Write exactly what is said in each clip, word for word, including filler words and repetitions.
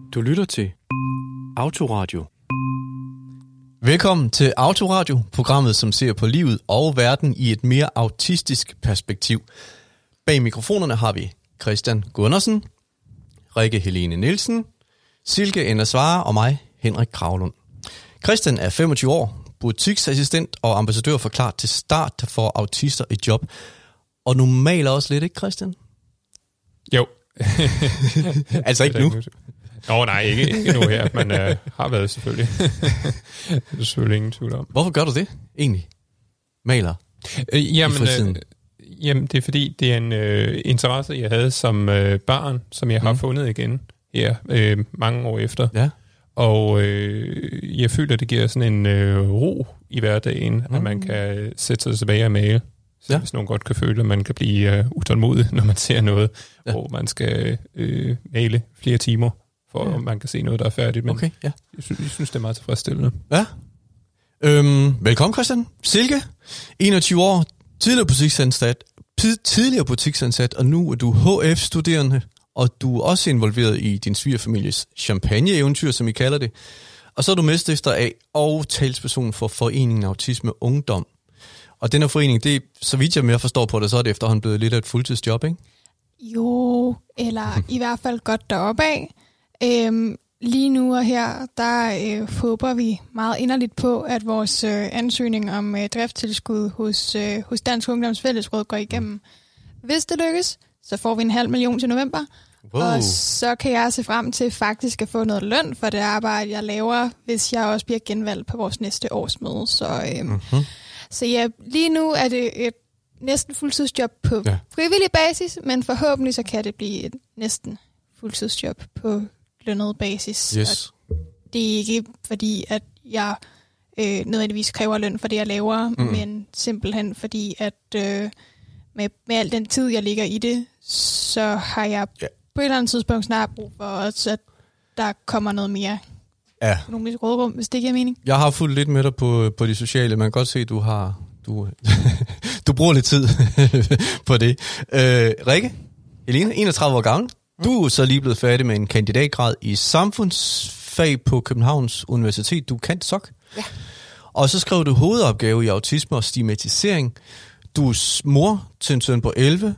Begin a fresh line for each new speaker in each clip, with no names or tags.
Du lytter til Autoradio.
Velkommen til Autoradio, programmet som ser på livet og verden i et mere autistisk perspektiv. Bag mikrofonerne har vi Christian Gundersen, Rikke Helene Nielsen, Silke Ender Svare og mig, Henrik Kravlund. Christian er femogtyve år, butiksassistent og ambassadør for Klar til Start for autister i job. Og nu maler også lidt, ikke Christian?
Jo.
Altså ikke nu?
Nå nej, ikke, ikke nu her, men øh, har været selvfølgelig. Det er selvfølgelig ingen tvivl om.
Hvorfor gør du det egentlig? Maler?
Øh, jamen, øh, jamen, det er fordi, det er en øh, interesse, jeg havde som øh, barn, som jeg har mm. fundet igen her øh, mange år efter. Ja. Og øh, jeg føler, det giver sådan en øh, ro i hverdagen, mm. at man kan sætte sig tilbage og male. Så ja. Hvis nogen godt kan føle, at man kan blive øh, utålmodig, når man ser noget, ja. Hvor man skal øh, male flere timer, for ja. At man kan se noget, der er færdigt. Men
okay, ja.
jeg, synes, jeg synes, det er meget tilfredsstillende.
Ja. Øhm, velkommen, Christian. Silke, enogtyve år, tidligere butiksansat, tidligere butiksansat, og nu er du H F-studerende, og du er også involveret i din svigerfamilies champagne-eventyr, som I kalder det. Og så er du medstifter af og talsperson for Foreningen Autisme Ungdom. Og den her forening, det er, så vidt jeg mere forstår på det, så er det efterhånden blevet lidt af et fuldtidsjob, ikke?
Jo, eller i hvert fald godt deroppe af. Øhm, lige nu og her, der øh, håber vi meget inderligt på, at vores øh, ansøgning om øh, driftstilskud hos, øh, hos Dansk Ungdoms Fællesråd går igennem. Hvis det lykkes, så får vi en halv million til november. Wow. Og så kan jeg se frem til faktisk at få noget løn for det arbejde, jeg laver, hvis jeg også bliver genvalgt på vores næste årsmøde. Så, øh, mm-hmm. så ja, lige nu er det et næsten fuldtidsjob på ja. frivillig basis, men forhåbentlig så kan det blive et næsten fuldtidsjob på lønnet basis.
Yes.
Det er ikke fordi, at jeg øh, nødvendigvis kræver løn for det, jeg laver, mm. men simpelthen fordi, at øh, med, med al den tid, jeg ligger i det, så har jeg ja. på et eller andet tidspunkt snart brug for også, at der kommer noget mere
ja.
økonomisk rådrum, hvis det giver mening.
Jeg har fulgt lidt med dig på, på de sociale. Man kan godt se, at du har du, du bruger lidt tid på det. Øh, Rikke, Helene, enogtredive år gammel. Du er så lige blevet færdig med en kandidatgrad i samfundsfag på Københavns Universitet. Du kan S O C.
Ja.
Og så skrev du hovedopgave i autisme og stigmatisering. Du er mor til en søn på elleve.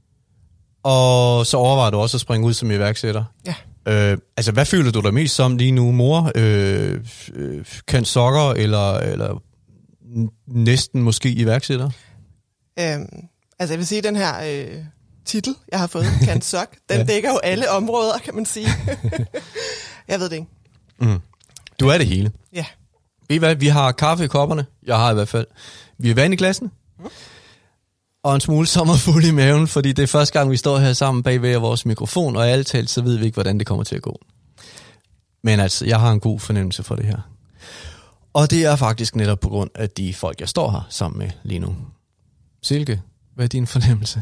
Og så overvejer du også at springe ud som iværksætter.
Ja.
Øh, altså, hvad føler du dig mest som lige nu? Mor, øh, øh, kan sokker eller, eller næsten måske iværksætter?
Øhm, altså, jeg vil sige, den her øh, titel, jeg har fået, kan sok, den ja. dækker jo alle områder, kan man sige. Jeg ved det ikke.
Mm. Du er det hele.
Ja.
Ved I hvad? Vi har kaffe i kopperne. Jeg har i hvert fald. Vi har vand i glassene. Mm. Og en smule sommerfuld i maven, fordi det er første gang, vi står her sammen bagved vores mikrofon, og ærligt talt, så ved vi ikke, hvordan det kommer til at gå. Men altså, jeg har en god fornemmelse for det her. Og det er faktisk netop på grund af de folk, jeg står her sammen med lige nu. Silke, hvad er din fornemmelse?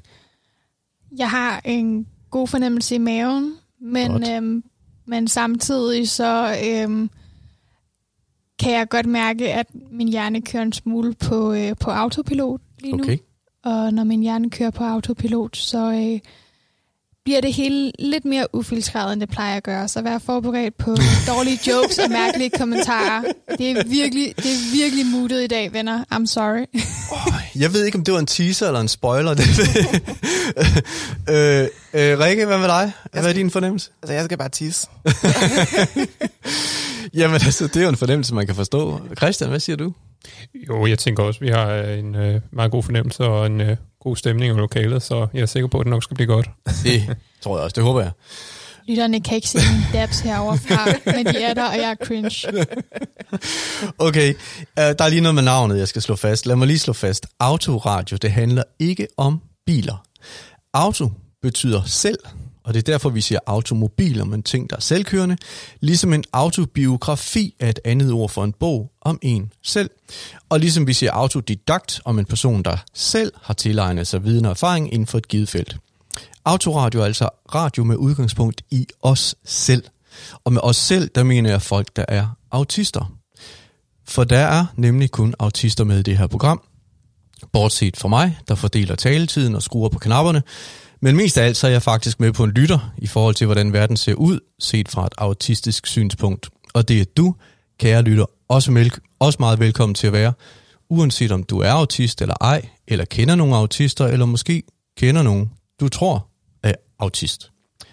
Jeg har en god fornemmelse i maven, men, øhm, men samtidig så øhm, kan jeg godt mærke, at min hjerne kører en smule på, øh, på autopilot lige nu.
Okay.
Og når min hjerne kører på autopilot, så øh, bliver det hele lidt mere ufiltreret, end det plejer at gøre. Så vær forberedt på dårlige jokes og mærkelige kommentarer. Det er virkelig, det er virkelig muted i dag, venner. I'm sorry.
Oh, jeg ved ikke, om det var en teaser eller en spoiler. øh, øh, Rikke, hvad med dig? Hvad skal, er din fornemmelse?
Altså, jeg skal bare tease.
Jamen, altså, det er jo en fornemmelse, man kan forstå. Christian, hvad siger du?
Jo, jeg tænker også, at vi har en øh, meget god fornemmelse og en øh, god stemning i lokalet, så jeg er sikker på, at det nok skal blive godt.
Det tror jeg også, det håber jeg.
Lytterne kan ikke se min dabs herovre fra, men de er der, og jeg er cringe.
Okay, uh, der er lige noget med navnet, jeg skal slå fast. Lad mig lige slå fast. Autoradio, det handler ikke om biler. Auto betyder selv, og det er derfor, vi siger automobil om en ting, der er selvkørende, ligesom en autobiografi er et andet ord for en bog om en selv. Og ligesom vi siger autodidakt om en person, der selv har tilegnet sig viden og erfaring inden for et givet felt. Autoradio er altså radio med udgangspunkt i os selv. Og med os selv, der mener jeg folk, der er autister. For der er nemlig kun autister med i det her program. Bortset fra mig, der fordeler taletiden og skruer på knapperne. Men mest af alt, så er jeg faktisk med på en lytter i forhold til, hvordan verden ser ud, set fra et autistisk synspunkt. Og det er du, kære lytter, også, mel- også meget velkommen til at være, uanset om du er autist eller ej, eller kender nogle autister, eller måske kender nogen, du tror er autist.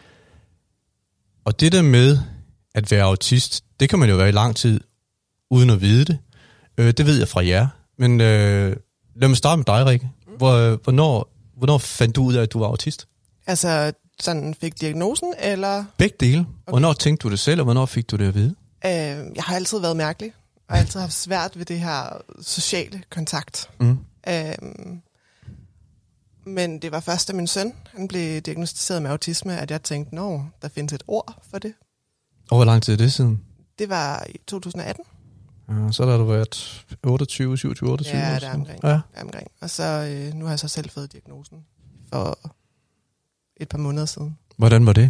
Og det der med at være autist, det kan man jo være i lang tid, uden at vide det. Øh, det ved jeg fra jer. Men øh, lad mig starte med dig, Rikke. Hvor, hvornår, hvornår fandt du ud af, at du var autist?
Altså, sådan fik diagnosen, eller?
Begge dele. Okay. Hvornår tænkte du det selv, og hvornår fik du det at vide?
Øh, jeg har altid været mærkelig, og jeg har altid haft svært ved det her sociale kontakt.
Mm.
Øh, men det var først, da min søn han blev diagnosticeret med autisme, at jeg tænkte, nå, der findes et ord for det.
Og hvor lang tid er det siden?
Det var i to tusind atten.
Ja, så har du været otteogtyve, syvogtyve, otteogtyve.
Ja, der omkring.
Ja.
Der omkring. Og så øh, nu har jeg så selv fået diagnosen for et par måneder siden.
Hvordan var det?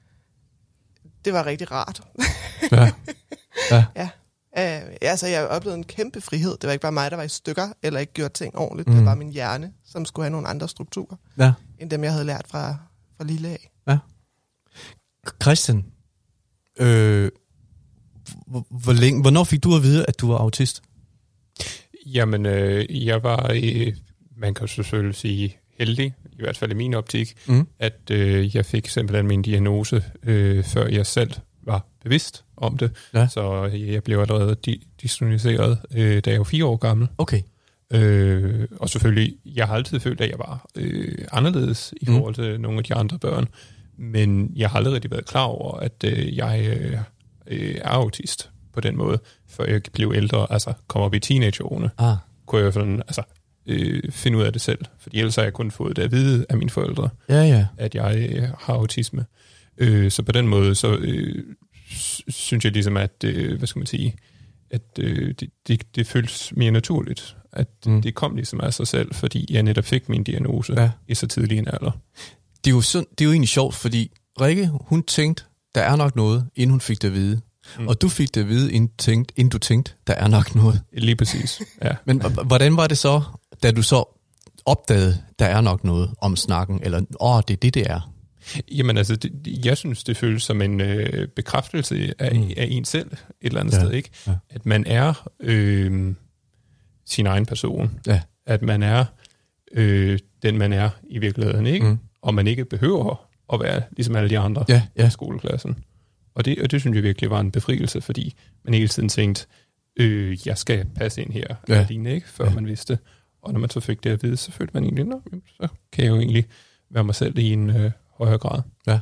Det var rigtig rart.
Ja. Ja.
ja. Uh, altså, jeg oplevede en kæmpe frihed. Det var ikke bare mig, der var i stykker, eller ikke gjorde ting ordentligt. Mm. Det var bare min hjerne, som skulle have nogle andre strukturer,
ja.
end dem, jeg havde lært fra, fra lille af.
Ja. Christian, øh, hvor, hvor længe, hvornår fik du at vide, at du var autist?
Jamen, øh, jeg var, øh, man kan selvfølgelig sige, heldig, i hvert fald i min optik, mm. at øh, jeg fik simpelthen min diagnose, øh, før jeg selv var bevidst om det. Ja. Så jeg blev allerede di- diagnosticeret, øh, da jeg var fire år gammel.
Okay.
Øh, og selvfølgelig, jeg har altid følt, at jeg var øh, anderledes i forhold til mm. nogle af de andre børn, men jeg har aldrig rigtig været klar over, at øh, jeg øh, er autist på den måde, før jeg blev ældre, altså kom op i teenageårene, ah. kunne jeg sådan, altså, øh, finde ud af det selv, fordi ellers har jeg kun fået det at vide af mine forældre,
ja, ja.
at jeg øh, har autisme. Øh, så på den måde, så øh, synes jeg ligesom, at, øh, hvad skal man sige, at øh, det, det, det føles mere naturligt, at mm. det kom ligesom af sig selv, fordi jeg netop fik min diagnose ja. i så tidlig en alder.
Det er, jo sådan, det er jo egentlig sjovt, fordi Rikke, hun tænkte, der er nok noget, inden hun fik det at vide. Mm. Og du fik det at vide, inden, tænkte, inden du tænkte, der er nok noget.
Lige præcis, ja.
Men hvordan var det så, da du så opdagede, der er nok noget om snakken, eller åh, det er det, det er?
Jamen altså, det, jeg synes, det føles som en øh, bekræftelse af, mm. af en selv, et eller andet ja. sted, ikke? Ja. At man er øh, sin egen person. Ja. At man er øh, den, man er i virkeligheden, ikke? Mm. Og man ikke behøver at være ligesom alle de andre ja. Ja. i skoleklassen. Og det, og det synes jeg virkelig var en befrielse, fordi man hele tiden tænkte, øh, jeg skal passe ind her, ja. Dine, ikke? Før ja. man vidste. Og når man så fik det at vide, så følte man egentlig, nå, så kan jeg jo egentlig være mig selv i en øh, højere grad.
Ja.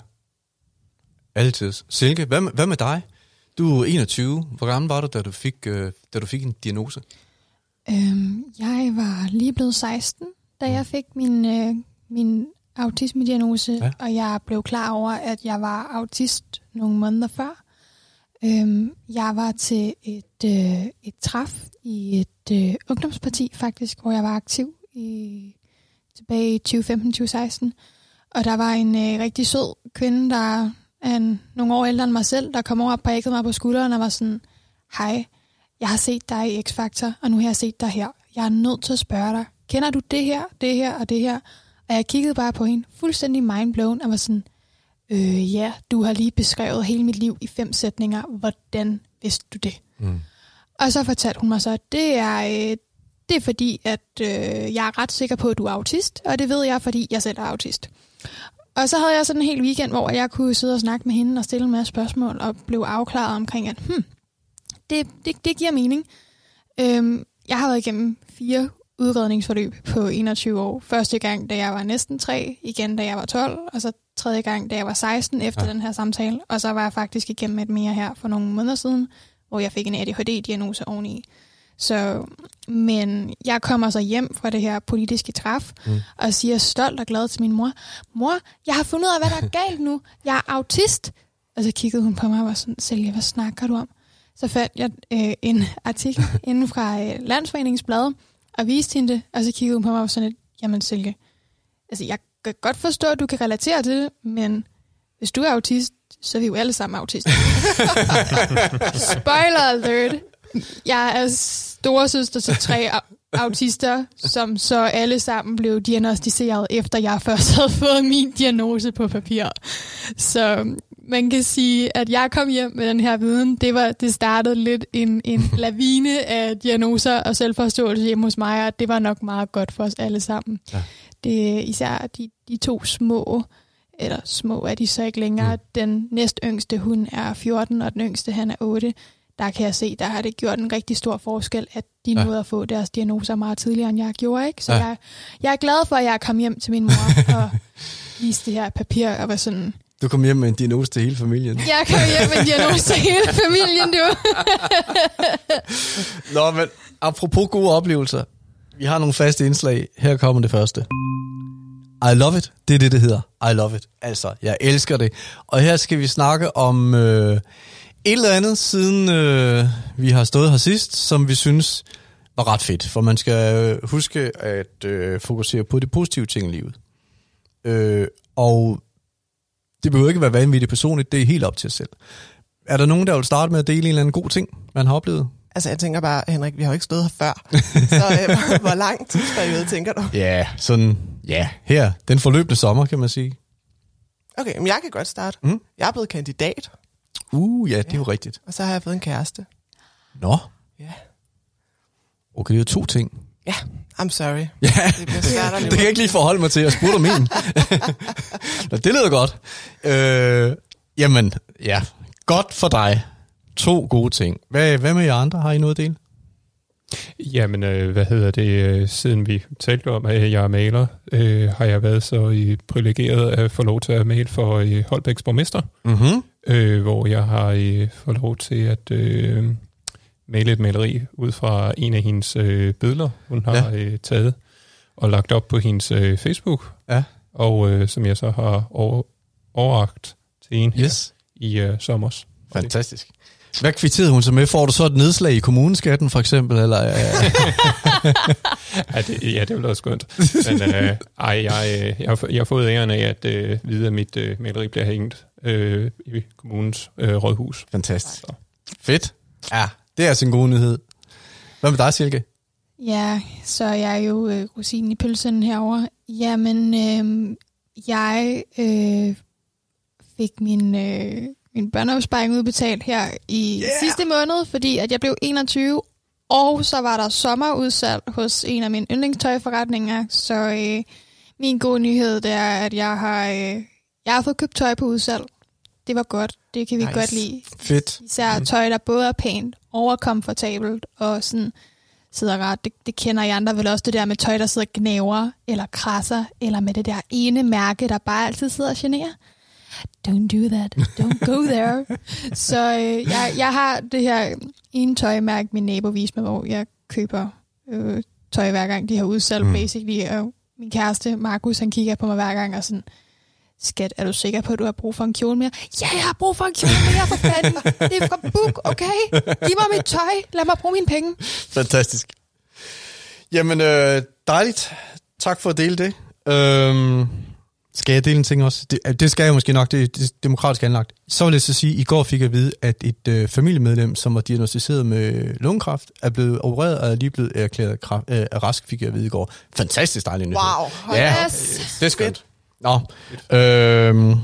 Altid. Silke, hvad med, hvad med dig? Du er enogtyve. Hvor gammel var du, da du fik, øh, da du fik en diagnose?
Øhm, jeg var lige blevet seksten, da jeg fik min, øh, min autisme-diagnose, ja. Og jeg blev klar over, at jeg var autist nogle måneder før. Øhm, jeg var til et, øh, et træf i et øh, ungdomsparti faktisk, hvor jeg var aktiv i, tilbage i tyve femten til tyve seksten. Og der var en øh, rigtig sød kvinde, der er en, nogle år ældre end mig selv, der kom over og prikkede mig på skulderen og var sådan, hej, jeg har set dig i X-Factor, og nu har jeg set dig her. Jeg er nødt til at spørge dig, kender du det her, det her og det her? Og jeg kiggede bare på hende, fuldstændig mindblown, og var sådan, øh, ja, du har lige beskrevet hele mit liv i fem sætninger. Hvordan vidste du det? Mm. Og så fortalte hun mig så, at det er, øh, det er fordi, at øh, jeg er ret sikker på, at du er autist, og det ved jeg, fordi jeg selv er autist. Og så havde jeg sådan en hel weekend, hvor jeg kunne sidde og snakke med hende og stille en masse spørgsmål, og blev afklaret omkring, at hmm, det, det, det giver mening. Øhm, jeg har været igennem fire udredningsforløb på enogtyve år. Første gang, da jeg var næsten tre, igen da jeg var tolv, og så tredje gang, da jeg var seksten efter ja. den her samtale. Og så var jeg faktisk igennem et mere her for nogle måneder siden, hvor jeg fik en A D H D-diagnose oveni. Så, men jeg kommer så hjem fra det her politiske træf, mm. og siger stolt og glad til min mor, mor, jeg har fundet ud af, hvad der er galt nu. Jeg er autist. Og så kiggede hun på mig og var sådan, Silje, hvad snakker du om? Så fandt jeg øh, en artikel inden fra øh, Landsforeningsbladet, og viste hende det, og så kiggede hun på mig og var sådan, jamen Silke, altså jeg kan godt forstå, at du kan relatere til det, men hvis du er autist, så er vi jo alle sammen autister. Spoiler alert. Jeg er storesøster til tre autister, som så alle sammen blev diagnosticeret, efter jeg først havde fået min diagnose på papir. Så man kan sige, at jeg kom hjem med den her viden. Det, var, det startede lidt en, en lavine af diagnoser og selvforståelse hjemme hos mig, og det var nok meget godt for os alle sammen. Ja. Det er især de, de to små, eller små er de så ikke længere. Mm. Den næst yngste, hun er fjorten, og den yngste, han er otte. Der kan jeg se, der har det gjort en rigtig stor forskel, at de ja. nåede at få deres diagnoser meget tidligere, end jeg gjorde. Ikke? Så ja. jeg, jeg er glad for, at jeg kom hjem til min mor og viste det her papir og var sådan...
Du kom hjem med en diagnose til hele familien.
Jeg kom hjem med en diagnose til hele familien, du.
Nå, men apropos gode oplevelser. Vi har nogle faste indslag. Her kommer det første. I love it. Det er det, det hedder. I love it. Altså, jeg elsker det. Og her skal vi snakke om øh, et eller andet, siden øh, vi har stået her sidst, som vi synes var ret fedt. For man skal huske at øh, fokusere på de positive ting i livet. Øh, og det behøver ikke være vanvittigt personligt, det er helt op til os selv. Er der nogen, der vil starte med at dele en eller anden god ting, man har oplevet?
Altså, jeg tænker bare, Henrik, vi har jo ikke stået her før. Så øh, hvor lang tidsperiode tænker du?
Ja, sådan, ja, her, den forløbende sommer, kan man sige.
Okay, men jeg kan godt starte.
Mm.
Jeg er blevet kandidat.
Uh, ja, det er ja. jo rigtigt.
Og så har jeg fået en kæreste.
Nå.
Ja.
Okay, det er to ting.
Ja, I'm sorry.
Ja,
det bliver svært at
det kan jeg ikke lige forholde mig til. Jeg spurgte om en. Nå, det lyder godt. Øh, jamen, ja, godt for dig. To gode ting. Hvad, hvad med jer andre? Har I noget at dele?
Jamen, øh, hvad hedder det? Siden vi talte om, at jeg er maler, øh, har jeg været så i privilegeret at få lov til at male for øh, Holbæks borgmester,
Mm-hmm.
øh, hvor jeg har øh, fået lov til at øh, male et maleri ud fra en af hendes øh, billeder, hun har ja. øh, taget og lagt op på hendes øh, Facebook,
ja.
og øh, som jeg så har over, overrakt til en her
yes.
i øh, sommers.
Fantastisk. Hvad kvitterede hun så med? Får du så et nedslag i kommuneskatten, for eksempel? Eller, ja,
det, ja, det ville også skønt. Men øh, ej, jeg, jeg, har, jeg har fået æren af at øh, vide, at mit øh, maleri bliver hængt øh, i kommunens øh, rådhus.
Fantastisk. Så. Fedt. Ja, det er altså en god nyhed. Hvad med dig, Silke?
Ja, så jeg er jo øh, rosinen i pølsen herovre. Jamen, øh, jeg øh, fik min... Øh, min børneopsparing udbetalt her i yeah. sidste måned, fordi at jeg blev enogtyve, og så var der sommerudsalg hos en af mine yndlingstøjforretninger, så øh, min gode nyhed det er, at jeg har, øh, jeg har fået købt tøj på udsalg. Det var godt, det kan vi nice. godt lide.
Fedt.
Især tøj, der både er pænt, overkomfortabelt og sådan sidder ret. Det, det kender I andre vel også, det der med tøj, der sidder gnaver eller krasser, eller med det der ene mærke, der bare altid sidder og generer. Don't do that. Don't go there. Så øh, jeg, jeg har det her ene tøjmærke, min nabo viste mig, hvor jeg køber øh, tøj hver gang, de har udsalg, mm. basically. Og min kæreste, Markus, han kigger på mig hver gang og sådan, skat, er du sikker på, at du har brug for en kjole mere? Ja, jeg har brug for en kjole mere, for fanden. Det er fra Book, okay? Giv mig mit tøj. Lad mig bruge mine penge.
Fantastisk. Jamen, øh, dejligt. Tak for at dele det. Øhm Skal jeg dele en ting også? Det, det skal jeg måske nok, det er demokratisk anlagt. Så vil jeg så sige, at i går fik jeg at vide, at et øh, familiemedlem, som var diagnosticeret med lungekræft, er blevet opereret og er lige blevet erklæret kraft, øh, rask, fik jeg at vide i går. Fantastisk dejlig nyhed.
Wow.
Ja,
yes.
det er skønt. Nå, øhm,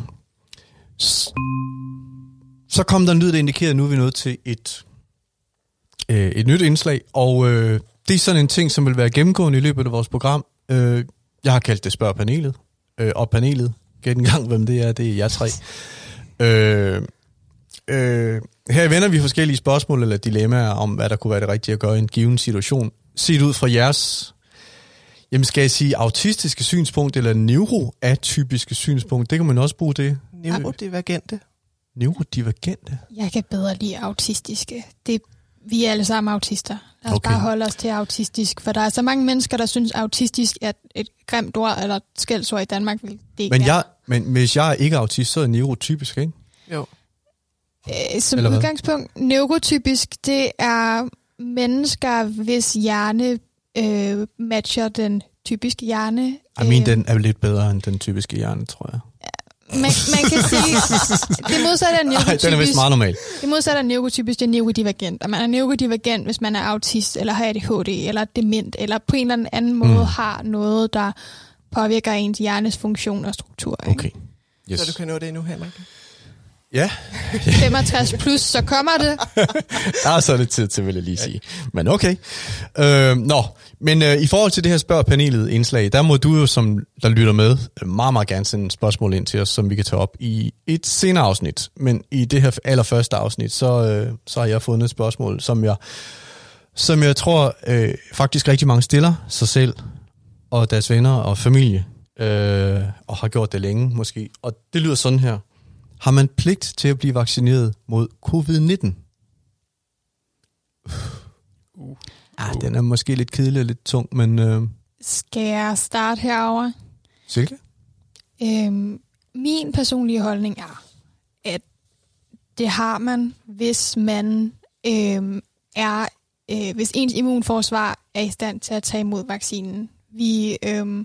så kom der en lyd, der indikerede, at nu er vi nået til et, øh, et nyt indslag, og øh, det er sådan en ting, som vil være gennemgående i løbet af vores program. Øh, jeg har kaldt det Spørg panelet. Øh, og panelet, gæt en gang, hvem det er, det er jer tre. Øh, øh, her vender vi forskellige spørgsmål eller dilemmaer om, hvad der kunne være det rigtige at gøre i en given situation. Set ud fra jeres, jamen skal jeg sige, autistiske synspunkt eller neuroatypiske synspunkt, det kan man også bruge det.
Neurodivergente.
Neurodivergente?
Jeg kan bedre lide autistiske. Det, vi er alle sammen autister. Lad os
okay.
bare holde os til autistisk, for der er så mange mennesker, der synes, autistisk er et grimt ord, eller et skældsord i Danmark. Vil det ikke
men, jeg, men hvis jeg er ikke autist, så er jeg neurotypisk, ikke?
Jo.
Øh, som udgangspunkt, neurotypisk, det er mennesker, hvis hjerne øh, matcher den typiske hjerne.
Jeg mener, den er lidt bedre end den typiske hjerne, tror jeg.
man, man kan sige, det modsatte er neurotypisk.
Den er vist meget normal.
Det modsatte er neurotypisk, det er neurodivergent. Og man er neurodivergent, hvis man er autist, eller har A D H D, eller dement, eller på en eller anden måde mm. har noget, der påvirker ens hjernes funktion og struktur. Ikke?
Okay. Yes.
Så du kan nå det nu, Henrik.
Ja.
femogtres plus, så kommer det.
Der er så lidt tid til, vil jeg lige sige. Men okay. Øh, nå, men øh, i forhold til det her spørg panelet indslag, der må du jo, som der lytter med, meget, meget gerne sende spørgsmål ind til os, som vi kan tage op i et senere afsnit. Men i det her allerførste afsnit, så, øh, så har jeg fundet et spørgsmål, som jeg, som jeg tror øh, faktisk rigtig mange stiller sig selv og deres venner og familie, øh, og har gjort det længe måske. Og det lyder sådan her. Har man pligt til at blive vaccineret mod covid nitten? Uh. Ah, den er måske lidt kedelig og lidt tung, men... Øh...
Skal jeg starte herover?
Silke?
Øhm, min personlige holdning er, at det har man, hvis man øhm, er, øh, hvis ens immunforsvar er i stand til at tage imod vaccinen. Vi, øhm,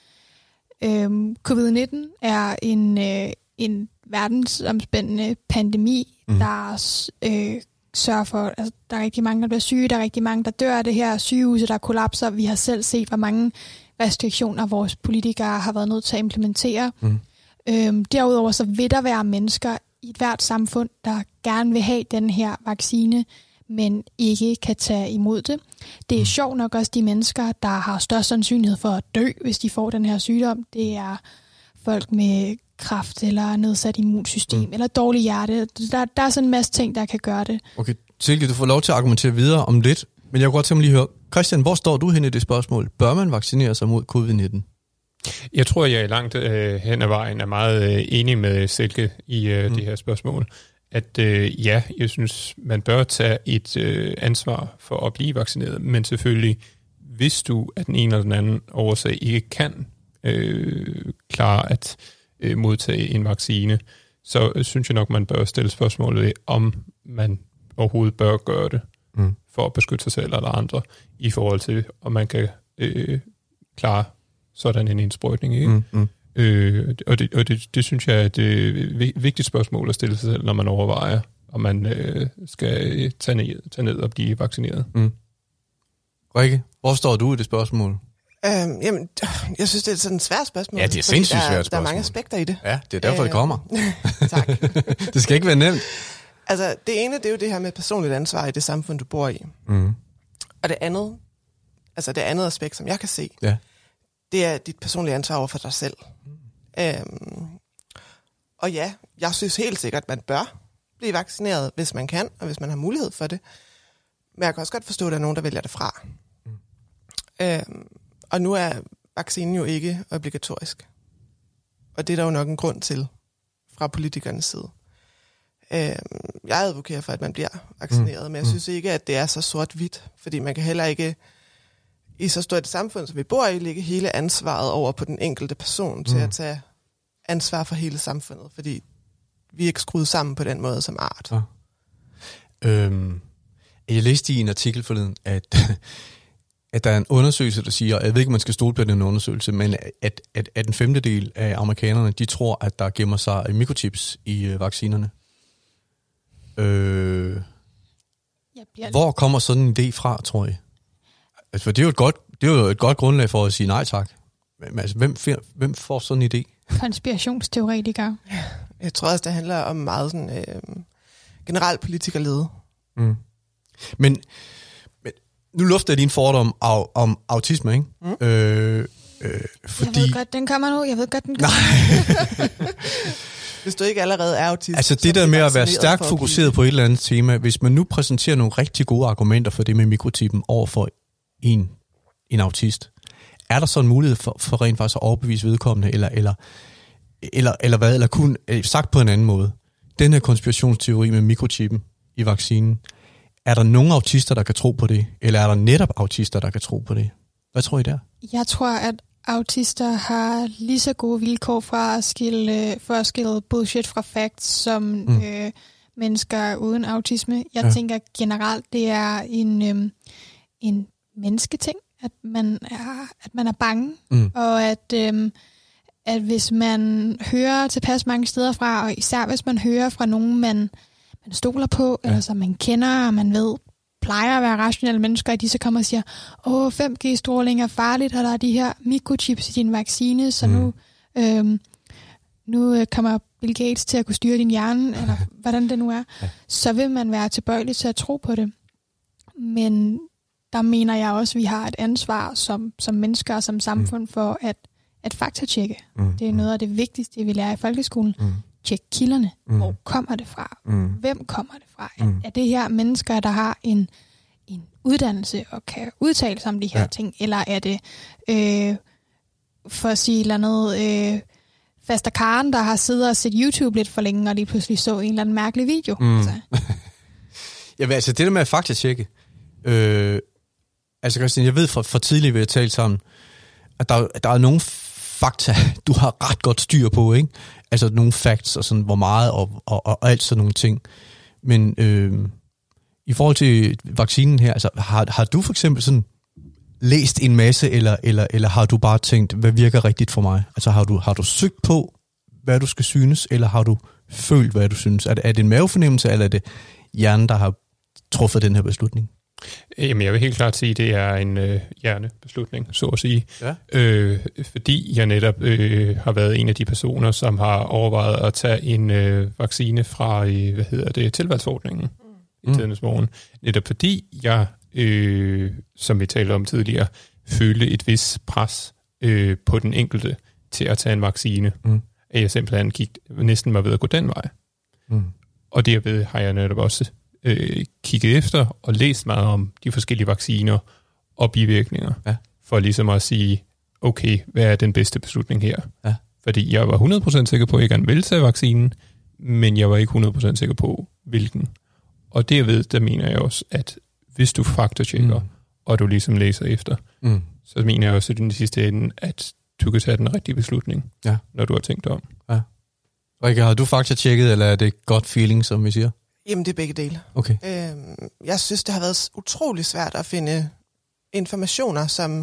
øhm, covid nitten er en, øh, en verdensomspændende pandemi, mm. der øh, sørger for, altså, der er rigtig mange, der bliver syge, der er rigtig mange, der dør af det her, sygehuse, der kollapser. Vi har selv set, hvor mange restriktioner vores politikere har været nødt til at implementere. Mm. Øhm, derudover så vil der være mennesker i et hvert samfund, der gerne vil have den her vaccine, men ikke kan tage imod det. Det er mm. sjovt nok også de mennesker, der har størst sandsynlighed for at dø, hvis de får den her sygdom. Det er folk med kræft eller nedsat immunsystem mm. eller dårlig hjerte. Der, der er sådan en masse ting, der kan gøre det.
Okay, Silke, du får lov til at argumentere videre om lidt, men jeg kunne godt tænke mig lige høre, Christian, hvor står du hen i det spørgsmål? Bør man vaccinere sig mod covid nitten?
Jeg tror, jeg er langt øh, hen ad vejen er meget øh, enig med Silke i øh, mm. det her spørgsmål. At øh, ja, jeg synes, man bør tage et øh, ansvar for at blive vaccineret, men selvfølgelig, hvis du af den ene eller den anden årsag ikke kan øh, klare at øh, modtage en vaccine, så øh, synes jeg nok, man bør stille spørgsmålet ved, om man overhovedet bør gøre det mm. for at beskytte sig selv eller andre, i forhold til, om man kan øh, klare sådan en indsprøjtning. Ikke? Mm, mm. Øh, og det, og det, det synes jeg er et vigtigt spørgsmål at stille sig selv, når man overvejer, om man øh, skal tage ned, tage ned og blive vaccineret. Mm.
Rikke, hvor står du i det spørgsmål?
Øhm, jamen, jeg synes, det er sådan et svært spørgsmål.
Ja, det er sindssygt svært spørgsmål.
Der er mange aspekter i det.
Ja, det er derfor, øh, det kommer.
Tak.
Det skal ikke være nemt.
Altså, det ene, det er jo det her med personligt ansvar i det samfund, du bor i. Mm. Og det andet, altså det andet aspekt, som jeg kan se, ja. Det er dit personlige ansvar over for dig selv. Mm. Øhm, og ja, jeg synes helt sikkert, at man bør blive vaccineret, hvis man kan, og hvis man har mulighed for det. Men jeg kan også godt forstå, at der er nogen, der vælger det fra. Mm. Øhm, og nu er vaccinen jo ikke obligatorisk. Og det er der jo nok en grund til fra politikernes side. Øhm, jeg advokerer for, at man bliver vaccineret, mm. men jeg synes ikke, at det er så sort-hvidt, fordi man kan heller ikke i så stort et samfund, som vi bor i, lægge hele ansvaret over på den enkelte person til mm. at tage ansvar for hele samfundet, fordi vi er ikke skruet sammen på den måde som art. Ja.
Øhm, jeg læste i en artikel forleden, at, at der er en undersøgelse, der siger, jeg ved ikke, man skal stole på den undersøgelse, men at, at, at en femtedel af amerikanerne, de tror, at der gemmer sig mikrochips i øh, vaccinerne. Øh, hvor kommer sådan en idé fra, tror jeg? Altså, for det er jo et godt, det er jo et godt grundlag for at sige nej tak. Men altså, hvem, hvem får sådan en idé?
Konspirationsteoretikere.
Jeg tror også, det handler om meget sådan, øh, generelt politikerlede. Mm.
Men, men nu lufter jeg din fordom om, om autisme, ikke? Mm. Øh, øh, fordi...
Jeg ved godt, den kommer nu. Jeg ved godt, den kommer.
Hvis du ikke allerede er autist.
Altså det der med at være stærkt fokuseret på et eller andet tema, hvis man nu præsenterer nogle rigtig gode argumenter for det med mikrochippen over for en, en autist, er der så en mulighed for, for rent faktisk at overbevise vedkommende, eller, eller, eller, eller hvad, eller kun sagt på en anden måde. Den her konspirationsteori med mikrochippen i vaccinen, er der nogle autister, der kan tro på det, eller er der netop autister, der kan tro på det? Hvad tror I der?
Jeg tror, at autister har lige så gode vilkår for at skille, for at skille bullshit fra facts, som mm. øh, mennesker uden autisme. Jeg ja. tænker generelt, det er en, øh, en mennesketing, at man er, at man er bange, mm. og at, øh, at hvis man hører tilpas mange steder fra, og især hvis man hører fra nogen, man, man stoler på, ja. eller som man kender, og man ved, plejer at være rationelle mennesker, at de så kommer og siger, åh, fem G-stråling er farligt, og der er de her mikrochips i din vaccine, så mm. nu, øhm, nu kommer Bill Gates til at kunne styre din hjerne, eller hvordan det nu er, ja. så vil man være tilbøjelig til at tro på det. Men der mener jeg også, at vi har et ansvar som, som mennesker og som samfund mm. for at, at faktatjekke. Mm. Det er noget af det vigtigste, vi lærer i folkeskolen. Mm. Tjek kilderne. Mm. Hvor kommer det fra? Mm. Hvem kommer det fra? Mm. Er det her mennesker, der har en, en uddannelse og kan udtale sig om de her ja. ting? Eller er det, øh, for at sige et eller andet, øh, Faster Karen, der har siddet og set YouTube lidt for længe, og lige pludselig så en eller anden mærkelig video? Mm. Altså.
Ja, altså det der med at faktatjekke, øh, altså Christian, jeg ved fra, fra tidligere, vi har talt sammen, at der, der er nogle fakta, du har ret godt styr på, ikke? Altså nogle facts, og sådan, hvor meget, og, og, og alt sådan nogle ting. Men øh, i forhold til vaccinen her, altså har, har du for eksempel sådan læst en masse, eller, eller, eller har du bare tænkt, hvad virker rigtigt for mig? Altså har du, har du søgt på, hvad du skal synes, eller har du følt, hvad du synes? Er det, er det en mavefornemmelse, eller er det hjernen, der har truffet den her beslutning?
Jamen, jeg vil helt klart sige, at det er en øh, hjernebeslutning, så at sige. Ja. Øh, fordi jeg netop øh, har været en af de personer, som har overvejet at tage en øh, vaccine fra, øh, hvad hedder det, tilvalgsordningen mm. i tidernes morgen. Netop fordi jeg, øh, som vi talte om tidligere, følte et vis pres øh, på den enkelte til at tage en vaccine. Mm. At jeg simpelthen gik, næsten var ved at gå den vej. Mm. Og derved har jeg netop også øh, kigget efter og læst meget om de forskellige vacciner og bivirkninger. Ja. For ligesom at sige, okay, hvad er den bedste beslutning her? Ja. Fordi jeg var hundrede procent sikker på, at jeg gerne ville tage vaccinen, men jeg var ikke hundrede procent sikker på, hvilken. Og derved, der mener jeg også, at hvis du faktatjekker, mm. og du ligesom læser efter, mm. så mener jeg også i den sidste ende, at du kan tage den rigtige beslutning, ja. Når du har tænkt om. Ja.
Rikke, har du faktatjekket, eller er det godt feeling, som vi siger?
Jamen, det er begge dele.
Okay.
Øhm, jeg synes, det har været utrolig svært at finde informationer, som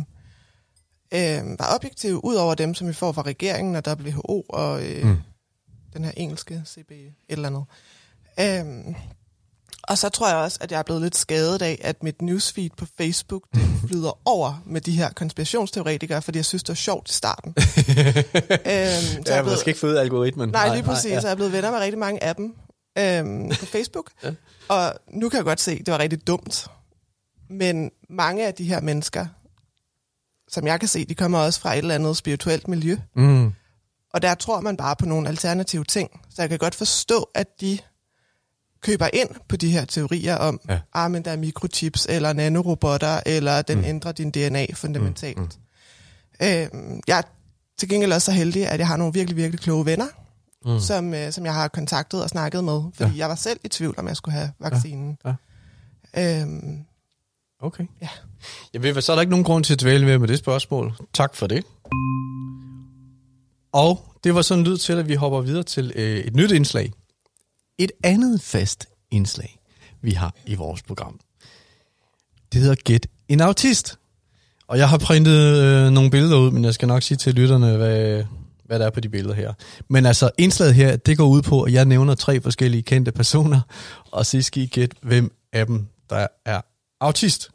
øh, var objektive, ud over dem, som vi får fra regeringen og W H O og øh, mm. den her engelske C B et eller andet. Øhm, og så tror jeg også, at jeg er blevet lidt skadet af, at mit newsfeed på Facebook, det flyder over med de her konspirationsteoretikere, fordi jeg synes, det var sjovt i starten. øhm, så
ja, man skal ikke få ud af algoritmen.
Nej, lige præcis. Nej, ja. Så jeg er blevet venner med rigtig mange af dem øhm, på Facebook. Ja. Og nu kan jeg godt se, at det var rigtig dumt. Men mange af de her mennesker, som jeg kan se, de kommer også fra et eller andet spirituelt miljø. Mm. Og der tror man bare på nogle alternative ting. Så jeg kan godt forstå, at de køber ind på de her teorier om, ja. ah, men der er mikrochips, eller nanorobotter, eller den mm. ændrer din D N A fundamentalt. Mm. Mm. Øhm, jeg er til gengæld også så heldig, at jeg har nogle virkelig, virkelig kloge venner, mm. som, øh, som jeg har kontaktet og snakket med, fordi ja. jeg var selv i tvivl, om jeg skulle have vaccinen. Ja. Ja. Øhm,
okay. Ja. Jeg ved, så er der ikke nogen grund til at dvæle med med det spørgsmål. Tak for det. Og det var sådan lyd til, at vi hopper videre til øh, et nyt indslag. Et andet fast indslag, vi har i vores program. Det hedder Gæt en autist. Og jeg har printet øh, nogle billeder ud, men jeg skal nok sige til lytterne, hvad, hvad der er på de billeder her. Men altså, indslaget her, det går ud på, at jeg nævner tre forskellige kendte personer, og så skal I gætte, hvem af dem, der er autist.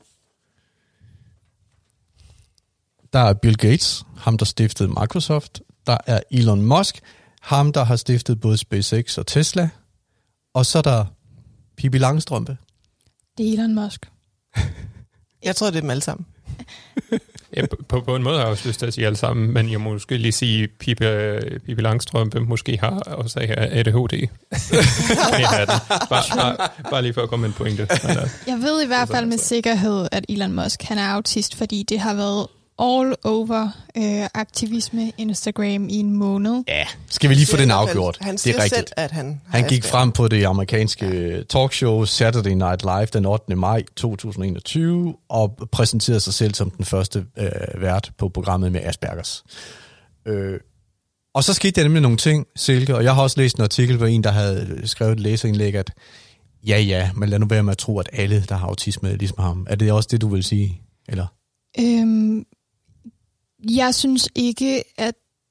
Der er Bill Gates, ham der stiftede Microsoft. Der er Elon Musk, ham der har stiftet både SpaceX og Tesla. Og så er der Pippi Langstrømpe.
Det er Elon Musk.
Jeg tror, det er dem alle sammen.
Ja, på, på en måde har jeg også lyst til at sige alle sammen, men jeg må måske lige sige, at Pippi, Pippi Langstrømpe måske har også A D H D. bare, bare, bare lige for at komme med en pointe.
Jeg ved i hvert fald med sikkerhed, at Elon Musk han er autist, fordi det har været all over øh, aktivisme Instagram i en måned.
Ja, skal vi lige få den afgjort?
Han siger
det er rigtigt.
selv, at han
Han gik frem på det amerikanske ja. talkshow Saturday Night Live den ottende maj to tusind og enogtyve og præsenterede sig selv som den første øh, vært på programmet med Aspergers. Øh, og så skete der nemlig nogle ting, Silke, og jeg har også læst en artikel, hvor en, der havde skrevet et læserindlæg, at ja, ja, men lad nu være med at tro, at alle, der har autisme, er ligesom ham. Er det også det, du vil sige? Eller?
Øhm Jeg synes ikke, at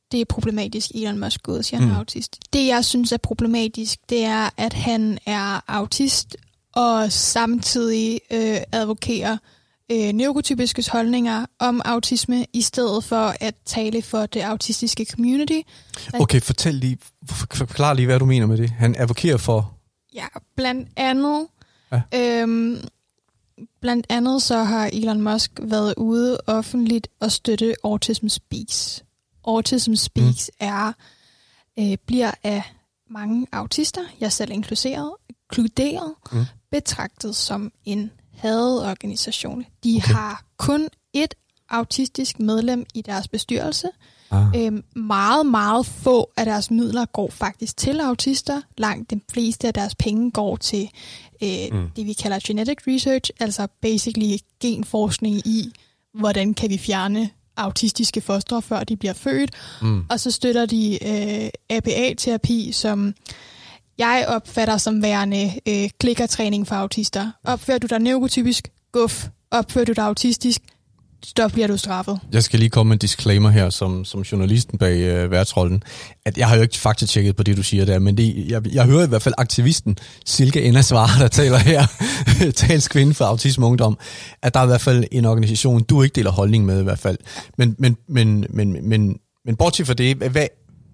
det er problematisk, Elon Musk går ud og siger, han er autist. Det, jeg synes er problematisk, det er, at han er autist, og samtidig øh, advokerer øh, neurotypiske holdninger om autisme, i stedet for at tale for det autistiske community.
Okay, fortæl lige, forklar lige, hvad du mener med det. Han advokerer for...
Ja, blandt andet... Ja. Øhm, blandt andet så har Elon Musk været ude offentligt og støtte Autism Speaks. Autism Speaks mm. er, øh, bliver af mange autister, jeg selv inkluderet, inkluderet mm. betragtet som en hadeorganisation. De okay. har kun et autistisk medlem i deres bestyrelse. Ah. Øhm, meget, meget få af deres midler går faktisk til autister. Langt de fleste af deres penge går til øh, mm. det, vi kalder genetic research, altså basically genforskning i, hvordan kan vi fjerne autistiske fostre, før de bliver født. Mm. Og så støtter de øh, A P A-terapi, som jeg opfatter som værende øh, klikkertræning for autister. Opfører du dig neurotypisk? Guf. Opfører du dig autistisk? Så bliver du straffet. Jeg skal lige komme med en disclaimer her, som, som journalisten bag øh, værtsrollen, at jeg har jo ikke faktisk tjekket på det, du siger der, men det, jeg, jeg hører i hvert fald aktivisten Silke Endersvare, der taler her, talskvinde for Autisme Ungdom, at der er i hvert fald en organisation, du ikke deler holdning med i hvert fald. Men, men, men, men, men, men bortset fra det, hvad,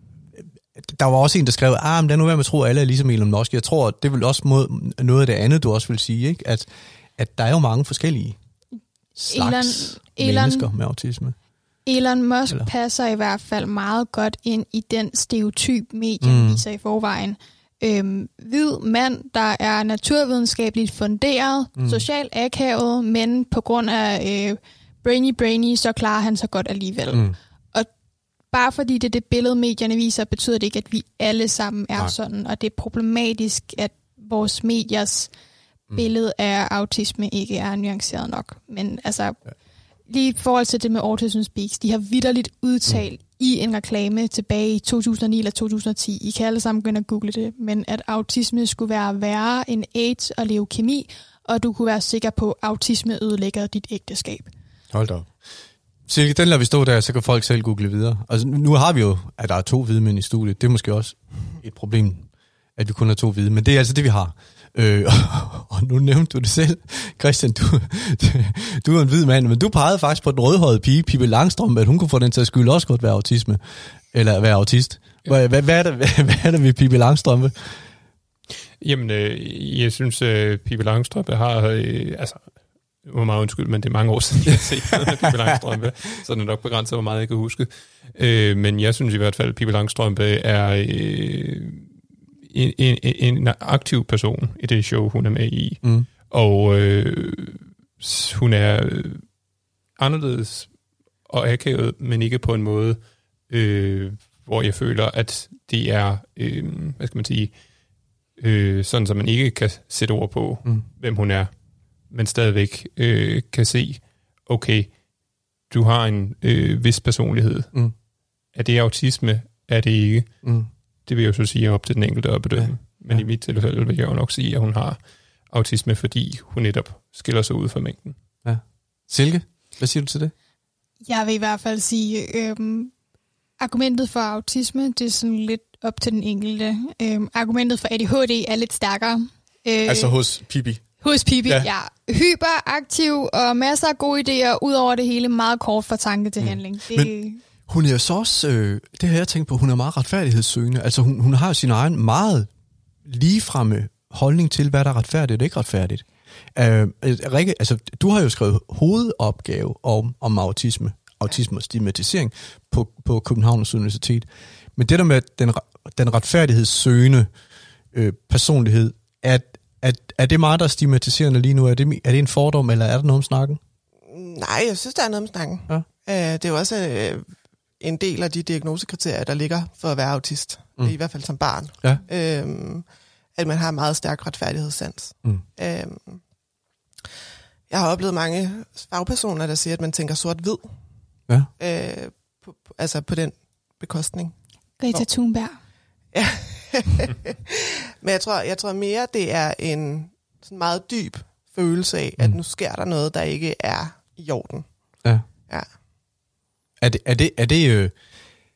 der var også en, der skrev, ah, men det er nu værd med at tro, at alle er ligesom Elon Musk. Jeg tror, det vil også mod noget af det andet, du også vil sige, ikke? At, at der er jo mange forskellige slags Elon, mennesker med autisme. Elon Musk Eller? passer i hvert fald meget godt ind i den stereotyp, medien mm. viser i forvejen. Øhm, hvid mand, der er naturvidenskabeligt funderet, mm. socialt akavet, men på grund af øh, brainy brainy, så klarer han sig godt alligevel. Mm. Og bare fordi det er det billede, medierne viser, betyder det ikke, at vi alle sammen er Nej. sådan. Og det er problematisk, at vores mediers billede af autisme ikke er nuanceret nok. Men altså, ja. lige i forhold til det med Autism Speaks, de har vitterligt udtalt mm. i en reklame tilbage i to tusind og ni eller to tusind og ti, I kan alle sammen gå ind og google det, men at autisme skulle være værre end AIDS og leukemi, og du kunne være sikker på, at autisme ødelægger dit ægteskab. Hold da op. Silke, den lader vi stå der, så kan folk selv google videre. Altså, nu har vi jo, at der er to hvide mænd i studiet. Det er måske også et problem, at vi kun har to hvide, men det er altså det, vi har. Øh, og nu nævnte du det selv, Christian, du, du er en hvid mand, men du pegede faktisk på den rødhårede pige, Pippi Langstrømpe, at hun kunne få den til at skylde også godt være autisme, eller være autist. Hvad, hvad, hvad, er, det, hvad, hvad er det ved Pippi Langstrømpe?
Jamen, øh, jeg synes, øh, Pippi Langstrømpe har, øh, altså, hvor meget undskyld, men det er mange år siden, jeg har set Pippi Langstrømpe, så det er nok begrænset, hvor meget jeg kan huske. Øh, men jeg synes i hvert fald, at Pippi Langstrømpe er... Øh, En, en, en aktiv person i det show, hun er med i. Mm. Og øh, hun er øh, anderledes og akavet, men ikke på en måde, øh, hvor jeg føler, at det er, øh, hvad skal man sige, øh, sådan, så man ikke kan sætte ord på, mm. hvem hun er, men stadigvæk øh, kan se, okay, du har en øh, vis personlighed. Mm. Er det autisme? Er det ikke? Mm. Det vil jeg jo så sige op til den enkelte at bedømme. Ja. Men ja. i mit tilfælde vil jeg jo nok sige, at hun har autisme, fordi hun netop skiller sig ud fra mængden.
Ja. Silke, hvad siger du til det?
Jeg vil i hvert fald sige, øhm, argumentet for autisme, det er sådan lidt op til den enkelte. Øhm, argumentet for A D H D er lidt stærkere.
Øh, altså hos Pippi?
Hos Pippi, ja. ja. Hyperaktiv og masser af gode idéer, ud over det hele meget kort fra tanke til mm. handling. Det
Men hun er så også, øh, det har jeg tænkt på, hun er meget retfærdighedssøgende. Altså hun, hun har jo sin egen meget ligefremme holdning til, hvad der er retfærdigt og ikke retfærdigt. Øh, Rikke, altså du har jo skrevet hovedopgave om, om autisme, autisme og stigmatisering på, på Københavns Universitet. Men det der med den, den retfærdighedssøgende øh, personlighed, er, er, er det meget, der er stigmatiserende lige nu? Er det, er det en fordom, eller er der noget om snakken?
Nej, jeg synes, der er noget om snakken. Ja. Øh, det er jo også... Øh, en del af de diagnosekriterier, der ligger for at være autist, mm. i hvert fald som barn. Ja. Øhm, at man har en meget stærk retfærdighedssans. Mm. Øhm, jeg har oplevet mange fagpersoner, der siger, at man tænker sort-hvid. Ja. Øh, på, altså på den bekostning.
Greta Thunberg.
Ja. Men jeg tror, jeg tror mere, det er en sådan meget dyb følelse af, mm. at nu sker der noget, der ikke er i orden.
Ja. Ja. Er det, er det, er det, øh,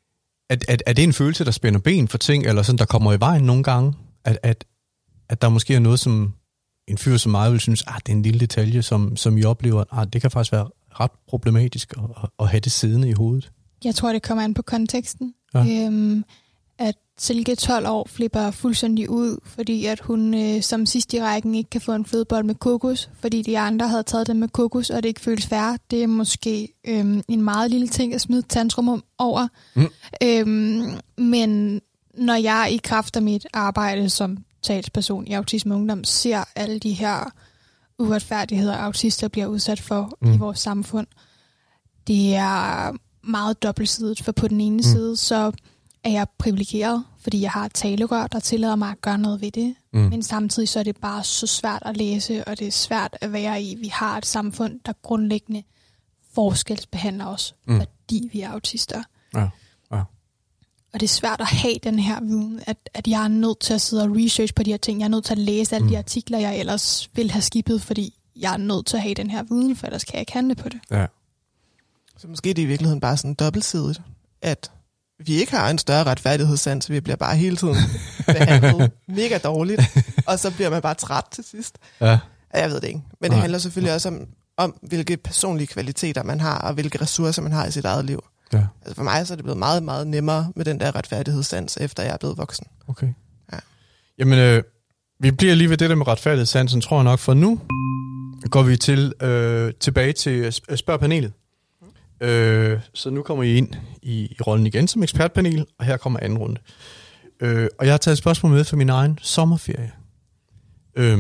at, at, er det en følelse, der spænder ben for ting, eller sådan, der kommer i vejen nogle gange? At, at, at der måske er noget, som en fyr som mig vil synes, ah, det er en lille detalje, som, som I oplever, ah, det kan faktisk være ret problematisk at, at have det siddende i hovedet.
Jeg tror, det kommer an på konteksten.
Ja.
Øhm, at Silke tolv år flipper fuldstændig ud, fordi at hun øh, som sidst i rækken ikke kan få en flødebold med kokos, fordi de andre havde taget den med kokos, og det ikke føles fair. Det er måske øhm, en meget lille ting at smide tantrum over. Mm. Øhm, men når jeg i kraft af mit arbejde som talsperson i Autisme Ungdom ser alle de her uretfærdigheder, autister bliver udsat for mm. i vores samfund, det er meget dobbeltsidigt, for på den ene mm. side, så er jeg privilegeret, fordi jeg har et talerør, der tillader mig at gøre noget ved det. Mm. Men samtidig så er det bare så svært at læse, og det er svært at være i. Vi har et samfund, der grundlæggende forskelsbehandler os, mm. fordi vi er autister.
Ja. Ja.
Og det er svært at have den her viden, at, at jeg er nødt til at sidde og research på de her ting. Jeg er nødt til at læse alle mm. de artikler, jeg ellers vil have skippet, fordi jeg er nødt til at have den her viden, for ellers kan jeg ikke handle på det.
Ja.
Så måske det er i virkeligheden bare sådan dobbeltsidigt, at vi ikke har en større retfærdighedssans, så vi bliver bare hele tiden behandlet mega dårligt, og så bliver man bare træt til sidst.
Ja.
Jeg ved det ikke. Men det handler selvfølgelig også om, om, hvilke personlige kvaliteter man har, og hvilke ressourcer man har i sit eget liv.
Ja.
Altså for mig så er det blevet meget, meget nemmere med den der retfærdighedssans, efter jeg er blevet voksen.
Okay.
Ja.
Jamen, øh, vi bliver lige ved det der med retfærdighedssansen, tror jeg nok, for nu går vi til øh, tilbage til spørgpanelet. Øh, så nu kommer I ind i, i rollen igen som ekspertpanel, og her kommer anden runde. Øh, og jeg har taget et spørgsmål med for min egen sommerferie. Øh,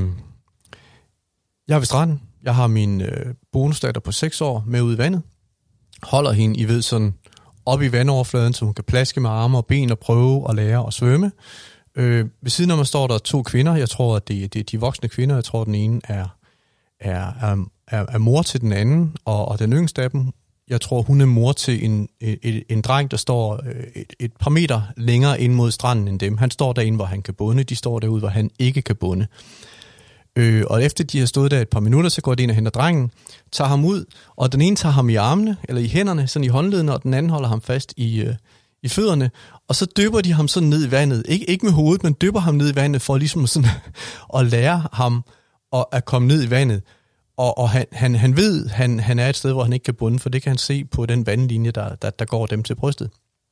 jeg er ved stranden. Jeg har min øh, bonusdatter på seks år med ude i vandet. Holder hende, I ved, sådan op i vandoverfladen, så hun kan plaske med arme og ben og prøve at lære at svømme. Øh, ved siden af mig står der to kvinder. Jeg tror, at det, det er de voksne kvinder. Jeg tror, at den ene er, er, er, er mor til den anden, og, og den yngste af dem, jeg tror, hun er mor til en, en, en dreng, der står et, et par meter længere ind mod stranden end dem. Han står derinde, hvor han kan bunde. De står derude, hvor han ikke kan bunde. Øh, og efter de har stået der et par minutter, så går de ind og henter drengen, tager ham ud, og den ene tager ham i armene, eller i hænderne, sådan i håndledene, og den anden holder ham fast i, øh, i fødderne. Og så dypper de ham sådan ned i vandet. Ik- ikke med hovedet, men dypper ham ned i vandet, for ligesom sådan at lære ham at, at komme ned i vandet. Og, og han, han, han ved, han, han er et sted, hvor han ikke kan bunde, for det kan han se på den vandlinje, der, der, der går dem til brystet.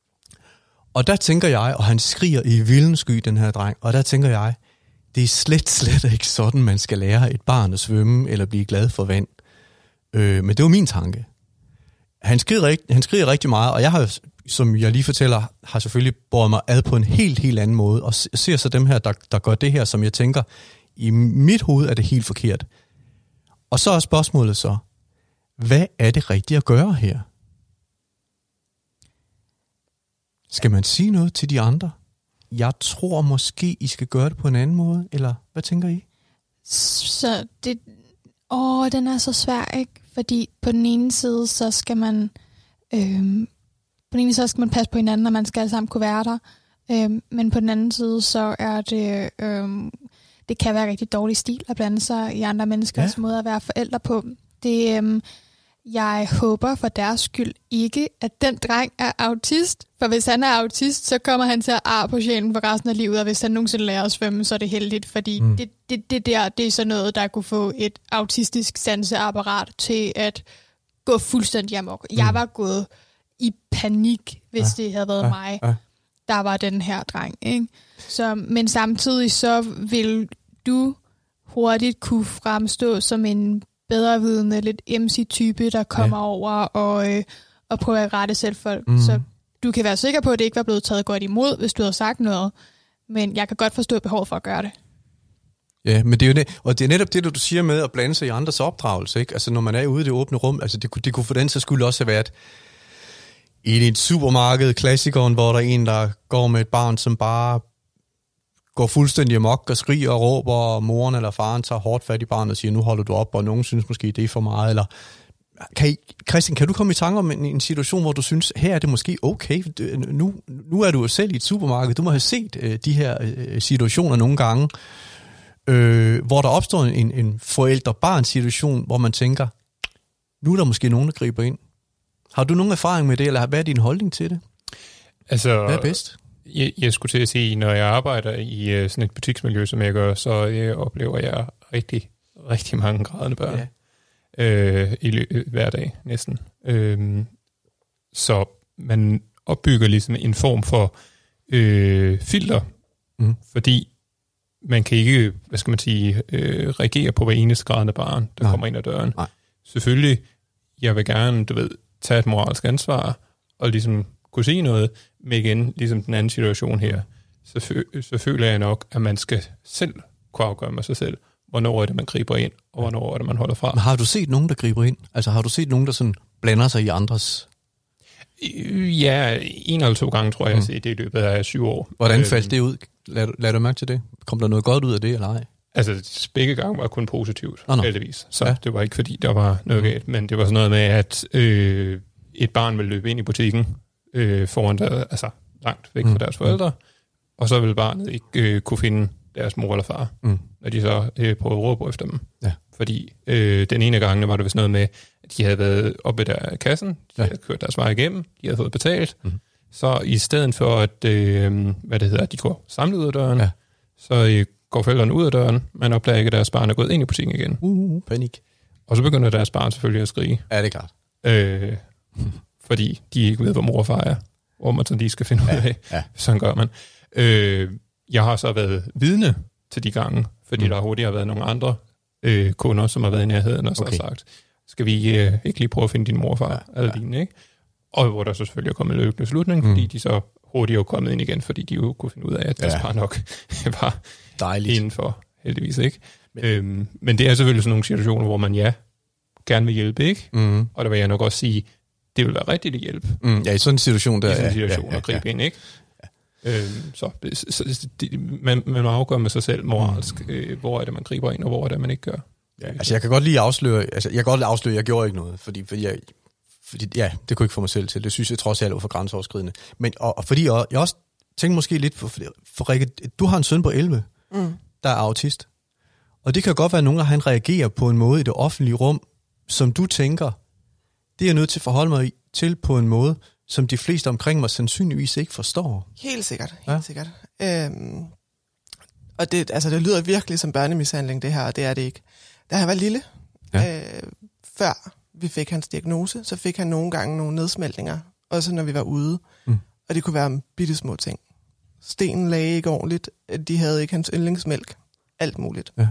Og der tænker jeg, og han skriger i vildens sky, den her dreng, og der tænker jeg, det er slet, slet ikke sådan, man skal lære et barn at svømme, eller blive glad for vand. Øh, men det var min tanke. Han skriger, han skriger rigtig meget, og jeg har, som jeg lige fortæller, har selvfølgelig båret mig ad på en helt, helt anden måde, og ser så dem her, der, der gør det her, som jeg tænker, i mit hoved er det helt forkert. Og så er spørgsmålet så, hvad er det rigtigt at gøre her? Skal man sige noget til de andre? Jeg tror måske, I skal gøre det på en anden måde, eller hvad tænker I?
Så det, åh, den er så svær, ikke? Fordi på den ene side, så skal man, øhm, på den ene side skal man passe på hinanden, og man skal alle sammen kunne være der. Øhm, men på den anden side, så er det, øhm, det kan være rigtig dårlig stil at blande sig i andre menneskers ja. måde at være forældre på. Det, øhm, jeg håber for deres skyld ikke, at den dreng er autist. For hvis han er autist, så kommer han til at ar på sjælen for resten af livet, og hvis han nogensinde lærer at svømme, så er det heldigt, fordi mm. det, det, det der, det er sådan noget, der kunne få et autistisk sanseapparat til at gå fuldstændig amok. Mm. Jeg var gået i panik, hvis ja. det havde været ja. mig, ja. der var den her dreng. Ikke? Så, men samtidig så vil du hurtigt kunne fremstå som en bedrevidende, lidt M C-type, der kommer ja. over og, øh, og prøver at rette selv folk. Mm. Så du kan være sikker på, at det ikke var blevet taget godt imod, hvis du havde sagt noget. Men jeg kan godt forstå behovet for at gøre det.
Ja, men det er jo net, og det er netop det, du siger med at blande sig i andres opdragelse. Ikke? Altså når man er ude i det åbne rum, altså det, det kunne for den så skulle også have været i et supermarked, klassikeren, hvor der er en, der går med et barn, som bare går fuldstændig amok og skriger og råber, og moren eller faren tager hårdt fat i barnet og siger, nu holder du op, og nogen synes måske, det er for meget. Eller kan I, Christian, kan du komme i tanke om en, en situation, hvor du synes, her er det måske okay? Nu, nu er du jo selv i et supermarked. Du må have set øh, de her øh, situationer nogle gange, øh, hvor der opstår en, en forældre-barn-situation, hvor man tænker, nu er der måske nogen, der griber ind. Har du nogen erfaring med det, eller hvad er din holdning til det?
Altså,
hvad er bedst?
Jeg, jeg skulle til at sige, når jeg arbejder i uh, sådan et butiksmiljø, som jeg gør, så uh, oplever jeg rigtig, rigtig mange grædende børn ja. uh, i uh, hver dag næsten. Uh, så man opbygger ligesom en form for uh, filter, mm. fordi man kan ikke, hvad skal man sige, uh, reagere på hver eneste grædende barn, der Nej. kommer ind ad døren. Nej. Selvfølgelig, jeg vil gerne, du ved, tage et moralsk ansvar og ligesom kunne sige noget, men igen, ligesom den anden situation her, så, fø- så føler jeg nok, at man skal selv kunne afgøre med sig selv, hvornår er det, man griber ind, og hvornår er det, man holder fra.
Men har du set nogen, der griber ind? Altså har du set nogen, der sådan blander sig i andres?
Ja, en eller to gange, tror jeg, mm. jeg har set det i løbet af syv år.
Hvordan faldt det ud? Lad, lad du mærke til det? Kom der noget godt ud af det, eller ej?
Altså, begge gange var kun positivt,
oh, no.
heldigvis. Så ja. Det var ikke, fordi der var noget mm. galt, men det var sådan noget med, at øh, et barn ville løbe ind i butikken, Øh, foran der, altså langt væk mm. fra deres forældre, og så ville barnet ikke øh, kunne finde deres mor eller far, mm. når de så øh, prøvede at råbe efter dem. Ja. Fordi øh, den ene gang var det vist noget med, at de havde været oppe ved der kassen, de ja. havde kørt deres vej igennem, de havde fået betalt, mm. så i stedet for, at øh, hvad det hedder, at de går samlet ud af døren, ja. så øh, går forældrene ud af døren, man opdager ikke, at deres barn er gået ind i butikken igen.
Uh, panik.
Og så begynder deres barn selvfølgelig at skrige.
Ja, det er klart.
Øh, fordi de ikke ved, hvor mor og far er, hvor man sådan lige skal finde ja, ud af. Ja. Sådan gør man. Øh, jeg har så været vidne til de gange, fordi mm. der hurtigt har været nogle andre øh, kunder, som har været i nærheden, og så okay. har sagt, skal vi øh, ikke lige prøve at finde din mor og far, ja, eller ja. lignende, ikke? Og hvor der så selvfølgelig er kommet en lykkelig slutning, mm. fordi de så hurtigt er kommet ind igen, fordi de jo kunne finde ud af, at deres ja. par nok var dejligt indenfor, heldigvis, ikke? Men. Øhm, men det er selvfølgelig sådan nogle situationer, hvor man ja, gerne vil hjælpe, ikke? Mm. Og der vil jeg nok også sige, det vil være rigtigt at hjælpe.
Mm, ja, i sådan en situation, der
I sådan en situation ja, ja, ja, at gribe ja. ind, ikke? Ja. Øhm, så så det, man, man må afgøre med sig selv moralsk, mm. øh, hvor er det, man griber ind, og hvor er det, man ikke gør.
Ja, altså, jeg kan godt lige afsløre, altså, jeg kan godt afsløre, at jeg gjorde ikke noget, fordi, fordi, jeg, fordi ja, det kunne ikke få mig selv til. Det synes jeg trods alt var for grænseoverskridende. Men, og, og fordi jeg, jeg også tænkte måske lidt på, for Rikke, du har en søn på elleve, mm. der er autist. Og det kan godt være, at nogen, der han reagerer på en måde i det offentlige rum, som du tænker, det er jeg nødt til at forholde mig til på en måde, som de fleste omkring mig sandsynligvis ikke forstår.
Helt sikkert, helt ja. sikkert. Øhm, og det, altså, det lyder virkelig som børnemishandling, det her, og det er det ikke. Da han var lille, ja. øh, før vi fik hans diagnose, så fik han nogle gange nogle nedsmeltninger, også når vi var ude. Mm. Og det kunne være bittesmå ting. Stenen lagde ikke ordentligt, de havde ikke hans yndlingsmælk, alt muligt. Ja.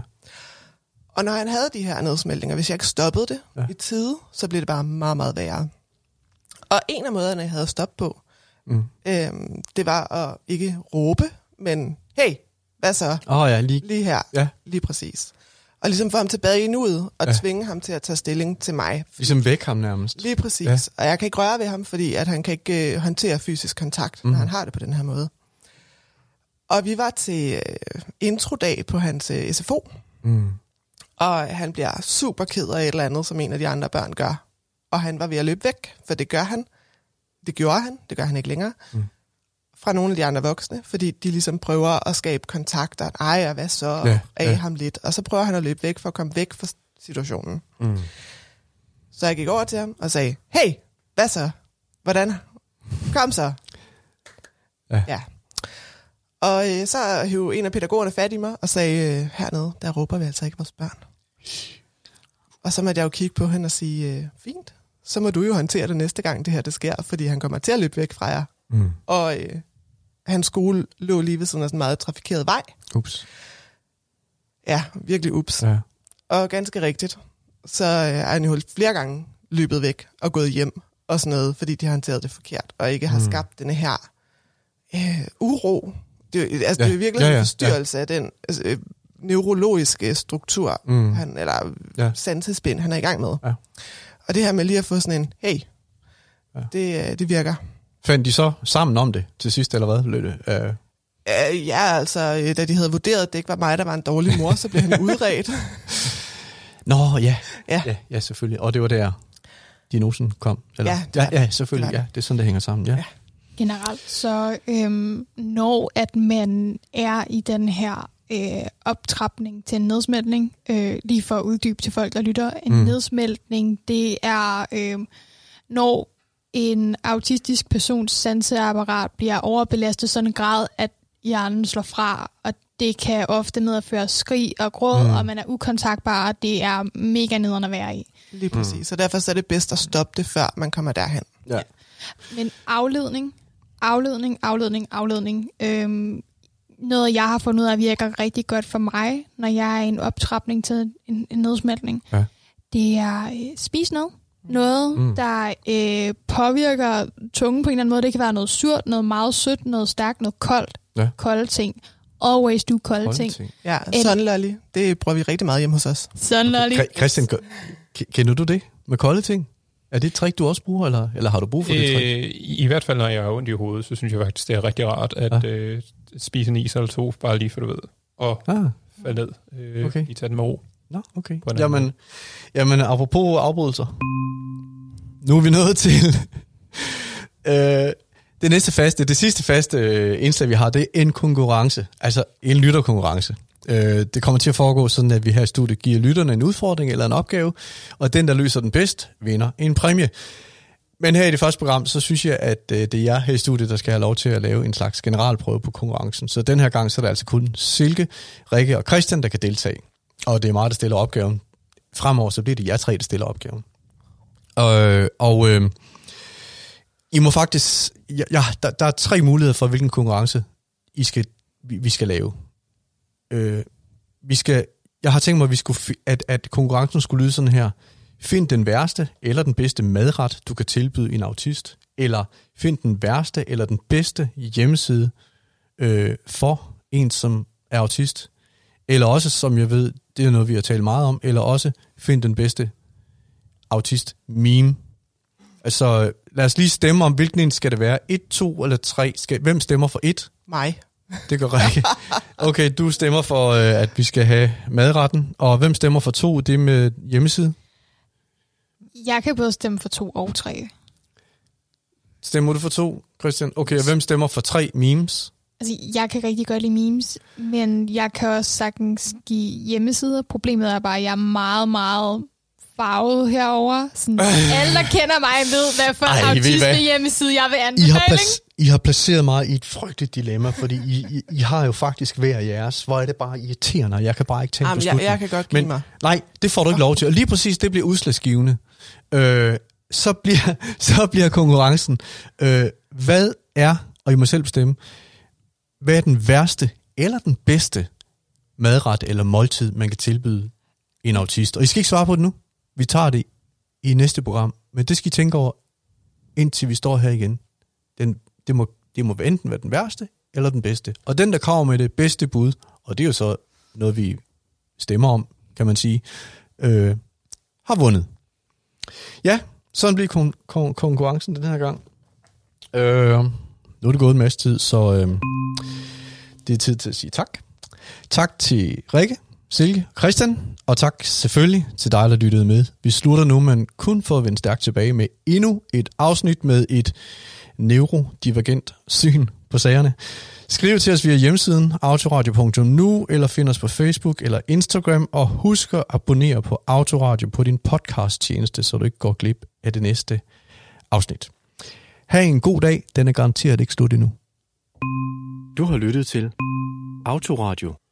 Og når han havde de her nedsmeltninger, hvis jeg ikke stoppede det ja. i tide, så blev det bare meget, meget værre. Og en af måderne, jeg havde stoppet på, mm. øhm, det var at ikke råbe, men hey, hvad så?
Oh, ja, lige...
lige her, ja. lige præcis. Og ligesom få ham tilbage i nuet, og ja. tvinge ham til at tage stilling til mig.
Ligesom væk ham nærmest.
Lige præcis. Ja. Og jeg kan ikke røre ved ham, fordi at han kan ikke øh, håndtere fysisk kontakt, mm. når han har det på den her måde. Og vi var til øh, introdag på hans øh, S F O, mm. og han bliver super ked af et eller andet, som en af de andre børn gør. Og han var ved at løbe væk, for det gør han. Det gjorde han, det gør han ikke længere. Mm. Fra nogle af de andre voksne, fordi de ligesom prøver at skabe kontakter. Ej, og hvad så? Ja, af ja. ham lidt. Og så prøver han at løbe væk for at komme væk fra situationen. Mm. Så jeg gik over til ham og sagde, hey, hvad så? Hvordan? Kom så. Ja. ja. Og øh, så hævde en af pædagogerne fat i mig og sagde, øh, hernede, der råber vi altså ikke vores børn. Og så måtte jeg jo kigge på hende og sige, øh, fint, så må du jo håndtere det næste gang, det her det sker, fordi han kommer til at løbe væk fra jer. Mm. Og øh, hans skole lå lige ved sådan en meget trafikeret vej.
Ups.
Ja, virkelig ups. Ja. Og ganske rigtigt, så øh, er han jo flere gange løbet væk og gået hjem og sådan noget, fordi de har håndteret det forkert, og ikke har mm. skabt denne her øh, uro. Det, altså, ja. det er virkelig ja, ja, en forstyrrelse ja. af den altså, øh, neurologiske struktur, mm. han, eller ja. sansespænd, han er i gang med. Ja. Og det her med lige at få sådan en, hey, ja. det, det virker.
Fandt de så sammen om det til sidst, eller hvad? Lød det? Uh...
Uh, ja, altså, da de havde vurderet, at det ikke var mig, der var en dårlig mor, så blev han udredt.
Nå, ja. Ja. ja. Ja, selvfølgelig. Og det var der, diagnosen kom? Eller?
Ja,
ja, ja, selvfølgelig. Det, ja, det er sådan, det hænger sammen. Ja. ja.
Generelt, så øhm, når at man er i den her øh, optrapning til en nedsmeltning, øh, lige for at uddybe til folk, der lytter, en mm. nedsmeltning, det er, øh, når en autistisk persons sanseapparat bliver overbelastet sådan en grad, at hjernen slår fra, og det kan ofte medføre skrig og gråd, mm. og man er ukontaktbar, og det er mega nederen at være i.
Lige præcis. Mm. Så derfor så er det bedst at stoppe det, før man kommer derhen.
Ja.
Men afledning, afledning, afledning, afledning. Øhm, noget, jeg har fundet ud af, virker rigtig godt for mig, når jeg er i en optrapning til en, en nedsmeltning. Ja. Det er øh, spis noget. Noget, mm. der øh, påvirker tungen på en eller anden måde. Det kan være noget surt, noget meget sødt, noget stærkt, noget koldt. Ja. Kolde ting. Always do kolde, kolde ting. ting.
Ja, sunlolly. Det bruger vi rigtig meget hjemme hos os.
Sunlolly.
Christian, kender du det med kolde ting? Er det et trick, du også bruger, eller, eller har du brug for det trick?
Øh, I hvert fald, når jeg har ondt i hovedet, så synes jeg faktisk, det er rigtig rart at ja. øh, spise en is eller to, bare lige for du ved, og ah. falde ned. Øh, okay. Lige tage den med ro.
Nå, okay. Jamen, jamen, apropos afbrydelser. Nu er vi nået til øh, det næste faste, det sidste faste øh, indslag, vi har, det er en konkurrence. Altså en lytterkonkurrence. Øh, det kommer til at foregå sådan, at vi her i studiet giver lytterne en udfordring eller en opgave, og den, der løser den bedst, vinder en præmie. Men her i det første program, så synes jeg, at øh, det er jer her i studiet, der skal have lov til at lave en slags generalprøve på konkurrencen. Så den her gang, så er det altså kun Silke, Rikke og Christian, der kan deltage. Og det er mig, der stiller opgaven. Fremover, så bliver det jer tre, der stiller opgaven. Øh, og øh, I må faktisk... Ja, der, der er tre muligheder for, hvilken konkurrence I skal, vi, vi skal lave. Øh, vi skal, jeg har tænkt mig, at, vi skulle, at, at konkurrencen skulle lyde sådan her. Find den værste eller den bedste madret, du kan tilbyde en autist. Eller find den værste eller den bedste hjemmeside øh, for en, som er autist. Eller også, som jeg ved, det er noget, vi har talt meget om, eller også find den bedste autist-meme. Altså, lad os lige stemme om, hvilken en skal det være. Et, to eller tre. Skal, hvem stemmer for et?
Mig.
Det går rigtigt. Okay, du stemmer for, at vi skal have madretten. Og hvem stemmer for to? Det med hjemmeside?
Jeg kan både stemme for to og tre.
Stemmer du for to, Christian? Okay, og hvem stemmer for tre memes?
Altså, jeg kan rigtig godt lide memes, men jeg kan også sagtens give hjemmesider. Problemet er bare, at jeg er meget, meget farvet herover. Sådan, alle, der kender mig, ved, hvad for en autisme hjemmeside jeg vil anbefale.
I har, plac- I har placeret mig i et frygteligt dilemma, fordi I, I, I har jo faktisk hver jeres. Hvor er det bare irriterende, jeg kan bare ikke tænke på
jeg, jeg kan godt give
men,
mig.
Nej, det får du ikke lov til. Og lige præcis, det bliver udslagsgivende. Øh, så, bliver, så bliver konkurrencen. Øh, hvad er, og I må selv bestemme, hvad er den værste eller den bedste madret eller måltid, man kan tilbyde en autist? Og I skal ikke svare på det nu. Vi tager det i næste program. Men det skal I tænke over, indtil vi står her igen. Den, det, må, det må enten være den værste eller den bedste. Og den, der kommer med det bedste bud, og det er jo så noget, vi stemmer om, kan man sige, øh, har vundet. Ja, sådan bliver kon- kon- konkurrencen den her gang. Øh, nu er det gået en masse tid, så øh, det er tid til at sige tak. Tak til Rikke, Silke, Christian, og tak selvfølgelig til dig, der lyttede med. Vi slutter nu, men kun for at vende stærkt tilbage med endnu et afsnit med et neurodivergent syn på sagerne. Skriv til os via hjemmesiden autoradio punktum nu, eller find os på Facebook eller Instagram, og husk at abonnere på Autoradio på din podcast-tjeneste, så du ikke går glip af det næste afsnit. Ha' en god dag, den er garanteret ikke slut endnu.
Du har lyttet til Autoradio.